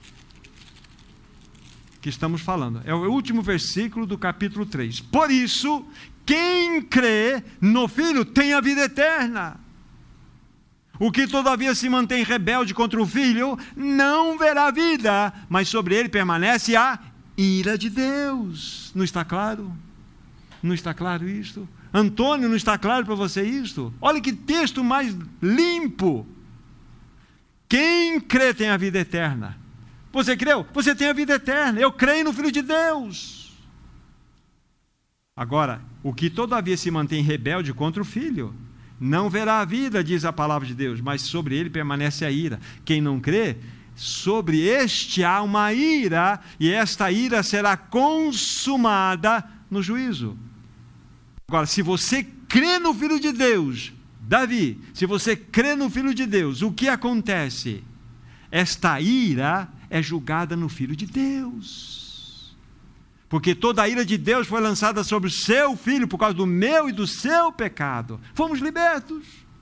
que estamos falando. É o último versículo do capítulo três. Por isso, quem crê no Filho tem a vida eterna. O que todavia se mantém rebelde contra o Filho não verá vida, mas sobre ele permanece a ira de Deus. Não está claro? Não está claro isto? Antônio, não está claro para você isto? Olha que texto mais limpo. Quem crê tem a vida eterna. Você creu? Você tem a vida eterna. Eu creio no Filho de Deus. Agora, o que todavia se mantém rebelde contra o Filho não verá a vida, diz a palavra de Deus, mas sobre ele permanece a ira. Quem não crê, sobre este há uma ira, e esta ira será consumada no juízo. Agora, se você crê no Filho de Deus, Davi, se você crê no Filho de Deus, o que acontece? Esta ira é julgada no Filho de Deus. Porque toda a ira de Deus foi lançada sobre o seu Filho por causa do meu e do seu pecado. Fomos libertos.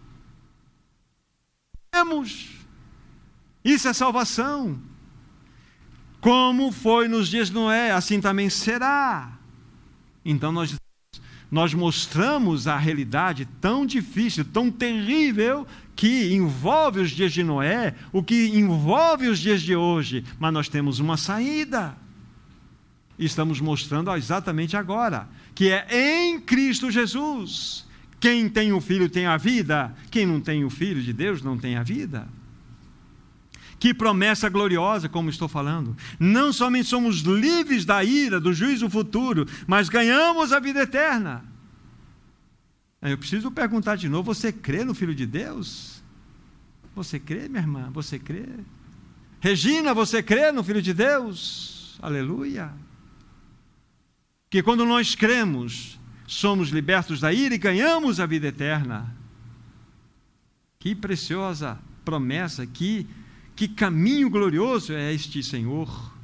Temos. Isso é salvação. Como foi nos dias de Noé, assim também será. Então nós, nós mostramos a realidade tão difícil, tão terrível, que envolve os dias de Noé, o que envolve os dias de hoje. Mas nós temos uma saída. Estamos mostrando exatamente agora, que é em Cristo Jesus. Quem tem o Filho tem a vida, quem não tem o Filho de Deus não tem a vida. Que promessa gloriosa, como estou falando. Não somente somos livres da ira, do juízo futuro, mas ganhamos a vida eterna. Eu preciso perguntar de novo, você crê no Filho de Deus? Você crê, minha irmã? Você crê? Regina, você crê no Filho de Deus? Aleluia! Que quando nós cremos, somos libertos da ira e ganhamos a vida eterna. Que preciosa promessa, que, que caminho glorioso é este, Senhor.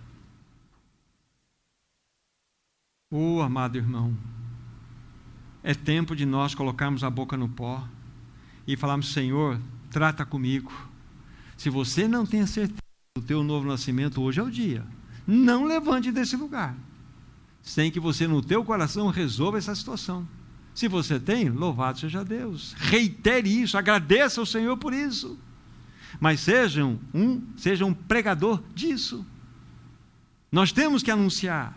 Oh, amado irmão, é tempo de nós colocarmos a boca no pó e falarmos, Senhor, trata comigo. Se você não tem a certeza do teu novo nascimento, hoje é o dia. Não levante desse lugar, sem que você no teu coração resolva essa situação. Se você tem, louvado seja Deus. Reitere isso, agradeça ao Senhor por isso. Mas seja um, seja um pregador disso. Nós temos que anunciar.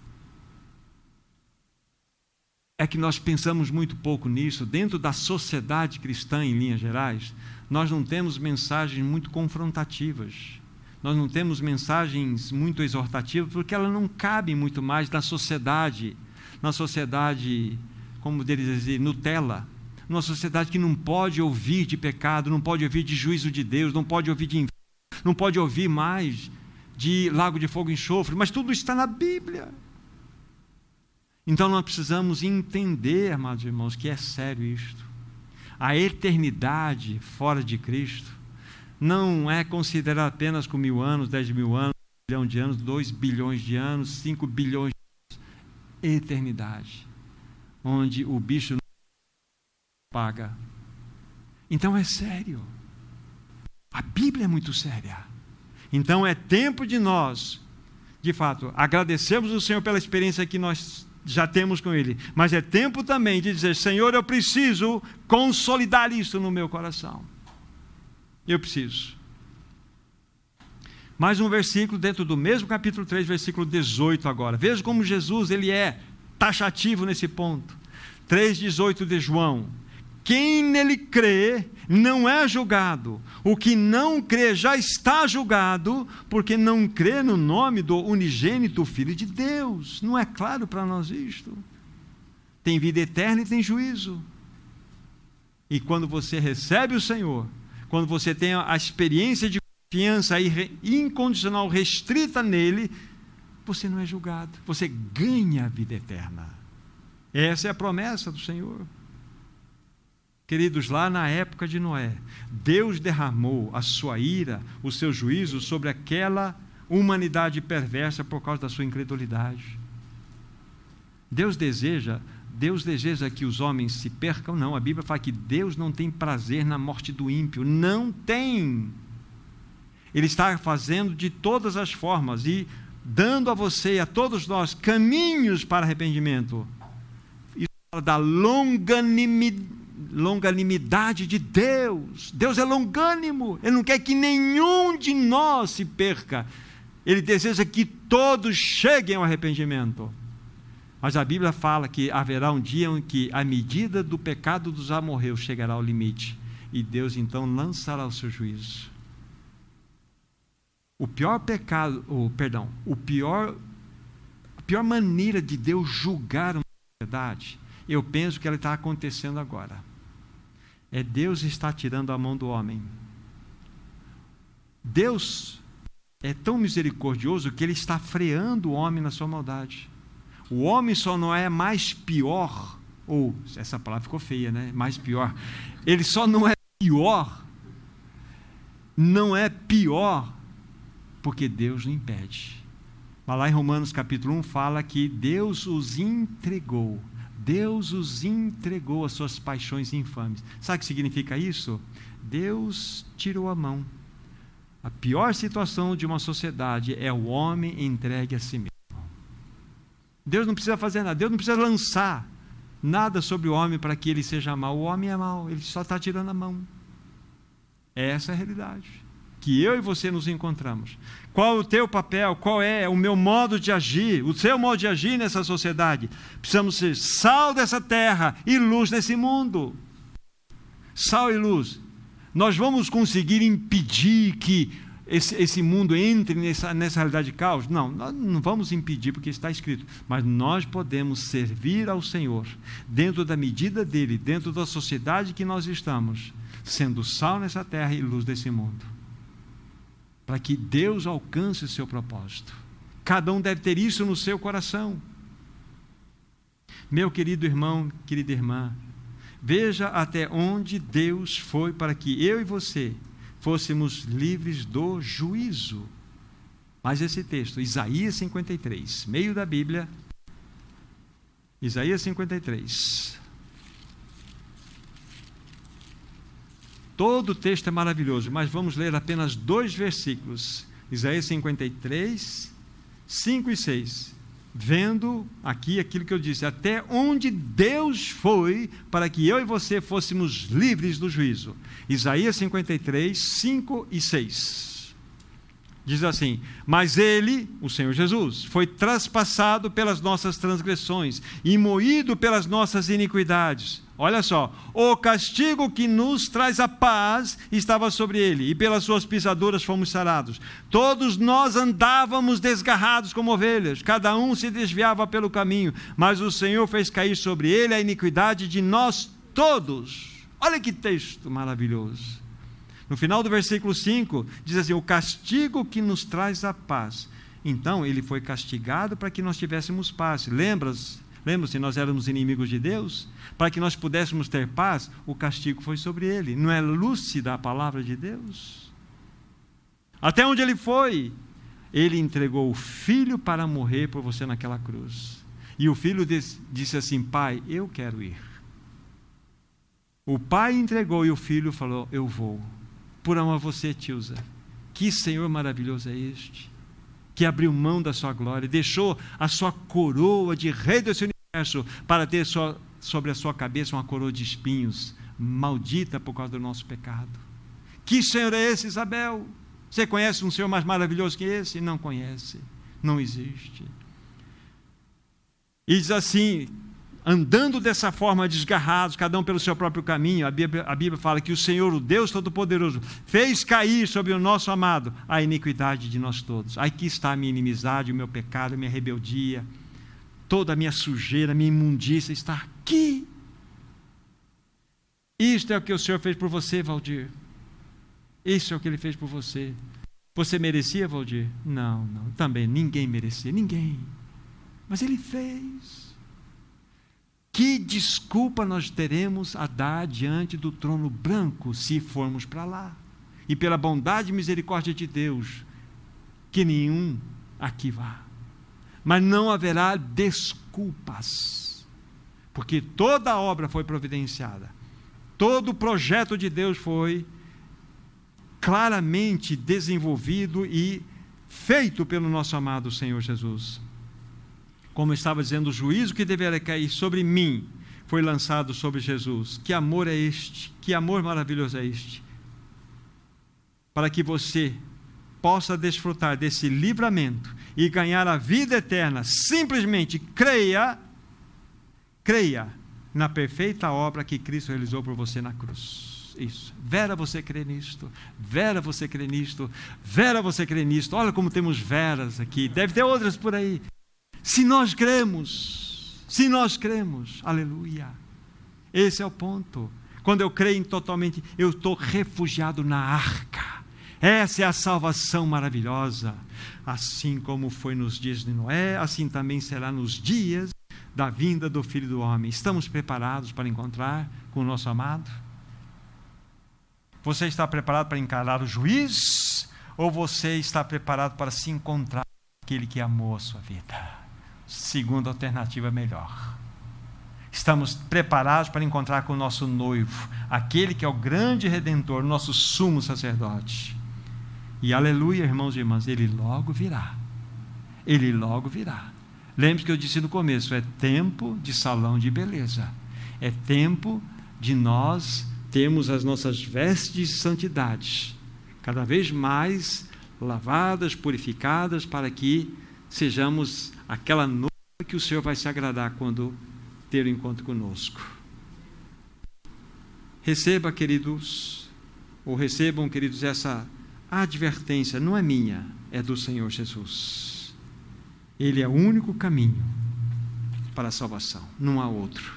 É que nós pensamos muito pouco nisso. Dentro da sociedade cristã, em linhas gerais, nós não temos mensagens muito confrontativas. Nós não temos mensagens muito exortativas, porque elas não cabem muito mais na sociedade, na sociedade, como deles dizer, Nutella, numa sociedade que não pode ouvir de pecado, não pode ouvir de juízo de Deus, não pode ouvir de inferno, não pode ouvir mais de lago de fogo e enxofre, mas tudo está na Bíblia. Então nós precisamos entender, amados irmãos, que é sério isto. A eternidade fora de Cristo não é considerada apenas com mil anos, dez mil anos, um bilhão de anos, dois bilhões de anos, cinco bilhões de anos. Eternidade, onde o bicho não paga. Então é sério. A Bíblia é muito séria. Então é tempo de nós, de fato, agradecermos ao Senhor pela experiência que nós já temos com Ele, mas é tempo também de dizer, Senhor, eu preciso consolidar isso no meu coração. Eu preciso. Mais um versículo dentro do mesmo capítulo três, versículo dezoito agora. Veja como Jesus ele é taxativo nesse ponto. três, dezoito de João. Quem nele crê não é julgado. O que não crê já está julgado, porque não crê no nome do unigênito Filho de Deus. Não é claro para nós isto? Tem vida eterna e tem juízo. E quando você recebe o Senhor, quando você tem a experiência de confiança incondicional restrita nele, você não é julgado, você ganha a vida eterna. Essa é a promessa do Senhor. Queridos, lá na época de Noé, Deus derramou a sua ira, o seu juízo sobre aquela humanidade perversa por causa da sua incredulidade. Deus deseja, Deus deseja que os homens se percam? Não, a Bíblia fala que Deus não tem prazer na morte do ímpio. Não tem. Ele está fazendo de todas as formas e dando a você e a todos nós caminhos para arrependimento. Isso fala da longanimidade. longanimidade de Deus. Deus é longânimo, Ele não quer que nenhum de nós se perca, Ele deseja que todos cheguem ao arrependimento. Mas a Bíblia fala que haverá um dia em que a medida do pecado dos amorreus chegará ao limite, e Deus então lançará o seu juízo. O pior pecado, ou, perdão, o pior, a pior maneira de Deus julgar uma sociedade, eu penso que ela está acontecendo agora. É Deus está tirando a mão do homem. Deus é tão misericordioso que Ele está freando o homem na sua maldade. O homem só não é mais pior, ou, essa palavra ficou feia, né? Mais pior. Ele só não é pior, não é pior, porque Deus o impede. Mas lá em Romanos capítulo um fala que Deus os entregou. Deus os entregou às suas paixões infames. Sabe o que significa isso? Deus tirou a mão. A pior situação de uma sociedade é o homem entregue a si mesmo. Deus não precisa fazer nada, Deus não precisa lançar nada sobre o homem para que ele seja mau. O homem é mau, ele só está tirando a mão. Essa é a realidade que eu e você nos encontramos. Qual o teu papel? Qual é o meu modo de agir? O seu modo de agir nessa sociedade? Precisamos ser sal dessa terra e luz desse mundo. Sal e luz. Nós vamos conseguir impedir que esse, esse mundo entre nessa, nessa realidade de caos? Não, nós não vamos impedir porque está escrito. Mas nós podemos servir ao Senhor dentro da medida dele, dentro da sociedade que nós estamos, sendo sal nessa terra e luz desse mundo, para que Deus alcance o seu propósito. Cada um deve ter isso no seu coração. Meu querido irmão, querida irmã, veja até onde Deus foi para que eu e você fôssemos livres do juízo. Mas esse texto, Isaías cinquenta e três, meio da Bíblia, Isaías cinquenta e três. Todo o texto é maravilhoso, mas vamos ler apenas dois versículos. Isaías cinquenta e três, cinco e seis. Vendo aqui aquilo que eu disse, até onde Deus foi para que eu e você fôssemos livres do juízo. Isaías cinquenta e três, cinco e seis. Diz assim: mas ele, o Senhor Jesus, foi traspassado pelas nossas transgressões e moído pelas nossas iniquidades. Olha só, o castigo que nos traz a paz estava sobre ele, e pelas suas pisaduras fomos sarados. Todos nós andávamos desgarrados como ovelhas, cada um se desviava pelo caminho, mas o Senhor fez cair sobre ele a iniquidade de nós todos. Olha que texto maravilhoso. No final do versículo cinco, diz assim: o castigo que nos traz a paz. Então, ele foi castigado para que nós tivéssemos paz. Lembras? Lembra-se, nós éramos inimigos de Deus? Para que nós pudéssemos ter paz, o castigo foi sobre ele. Não é lúcida a palavra de Deus? Até onde ele foi? Ele entregou o filho para morrer por você naquela cruz. E o filho disse assim: pai, eu quero ir. O pai entregou e o filho falou: eu vou. Por amor a você, Tilza. Que Senhor maravilhoso é este, que abriu mão da sua glória, deixou a sua coroa de rei desse universo para ter sua, sobre a sua cabeça uma coroa de espinhos, maldita por causa do nosso pecado. Que Senhor é esse, Isabel? Você conhece um Senhor mais maravilhoso que esse? Não conhece, não existe. E diz assim, andando dessa forma, desgarrados, cada um pelo seu próprio caminho, a Bíblia, a Bíblia fala que o Senhor, o Deus Todo-Poderoso, fez cair sobre o nosso amado a iniquidade de nós todos. Aqui está a minha inimizade, o meu pecado, a minha rebeldia, toda a minha sujeira, a minha imundícia está aqui. Isto é o que o Senhor fez por você, Valdir. Isso é o que Ele fez por você. Você merecia, Valdir? Não, não. Também ninguém merecia, ninguém. Mas Ele fez. Que desculpa nós teremos a dar diante do trono branco se formos para lá? E pela bondade e misericórdia de Deus, que nenhum aqui vá. Mas não haverá desculpas, porque toda a obra foi providenciada, todo o projeto de Deus foi claramente desenvolvido e feito pelo nosso amado Senhor Jesus. Como eu estava dizendo, o juízo que deveria cair sobre mim foi lançado sobre Jesus. Que amor é este? Que amor maravilhoso é este? Para que você possa desfrutar desse livramento e ganhar a vida eterna, simplesmente creia, creia na perfeita obra que Cristo realizou por você na cruz. Isso. Vera, você crê nisto? Vera, você crê nisto? Vera, você crê nisto? Olha como temos veras aqui. Deve ter outras por aí. Se nós cremos, se nós cremos, aleluia. Esse é o ponto. Quando eu creio em totalmente, eu estou refugiado na arca. Essa é a salvação maravilhosa. Assim como foi nos dias de Noé, assim também será nos dias da vinda do Filho do Homem. Estamos preparados para encontrar com o nosso amado? Você está preparado para encarar o juiz? Ou você está preparado para se encontrar com aquele que amou a sua vida? Segunda alternativa melhor. Estamos preparados para encontrar com o nosso noivo, aquele que é o grande redentor, nosso sumo sacerdote. E aleluia, irmãos e irmãs, ele logo virá. Ele logo virá. Lembre-se que eu disse no começo, é tempo de salão de beleza. É tempo de nós termos as nossas vestes de santidade cada vez mais lavadas, purificadas, para que sejamos aquela noiva que o Senhor vai se agradar quando ter o encontro conosco. Receba, queridos, ou recebam, queridos, essa advertência, não é minha, é do Senhor Jesus. Ele é o único caminho para a salvação, não há outro.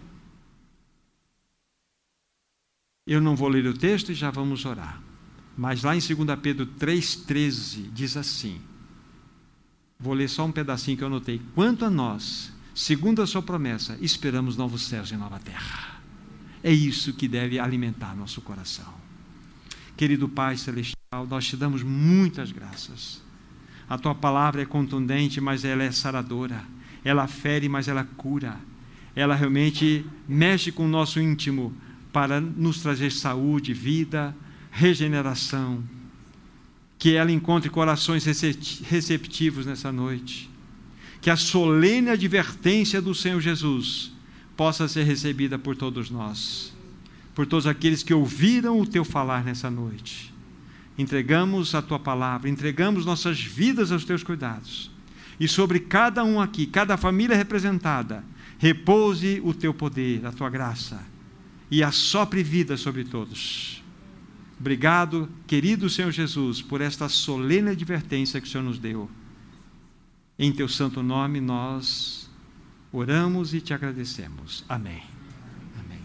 Eu não vou ler o texto e já vamos orar. Mas lá em dois Pedro três, treze, diz assim, vou ler só um pedacinho que eu anotei. Quanto a nós, segundo a sua promessa, esperamos novos céus e nova terra. É isso que deve alimentar nosso coração. Querido Pai Celestial, nós te damos muitas graças. A tua palavra é contundente, mas ela é saradora. Ela fere, mas ela cura. Ela realmente mexe com o nosso íntimo para nos trazer saúde, vida, regeneração. Que ela encontre corações receptivos nessa noite. Que a solene advertência do Senhor Jesus possa ser recebida por todos nós, por todos aqueles que ouviram o teu falar nessa noite. Entregamos a tua palavra, entregamos nossas vidas aos teus cuidados. E sobre cada um aqui, cada família representada, repouse o teu poder, a tua graça, e assopre vida sobre todos. Obrigado, querido Senhor Jesus, por esta solene advertência que o Senhor nos deu. Em teu santo nome nós oramos e te agradecemos. Amém. Amém.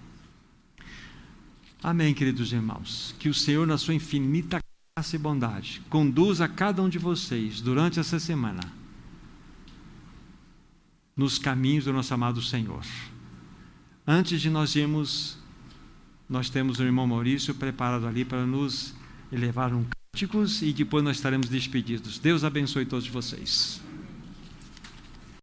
Amém, queridos irmãos. Que o Senhor, na sua infinita graça e bondade, conduza cada um de vocês durante essa semana nos caminhos do nosso amado Senhor. Antes de nós irmos, nós temos o irmão Maurício preparado ali para nos elevar um cânticos e depois nós estaremos despedidos. Deus abençoe todos vocês.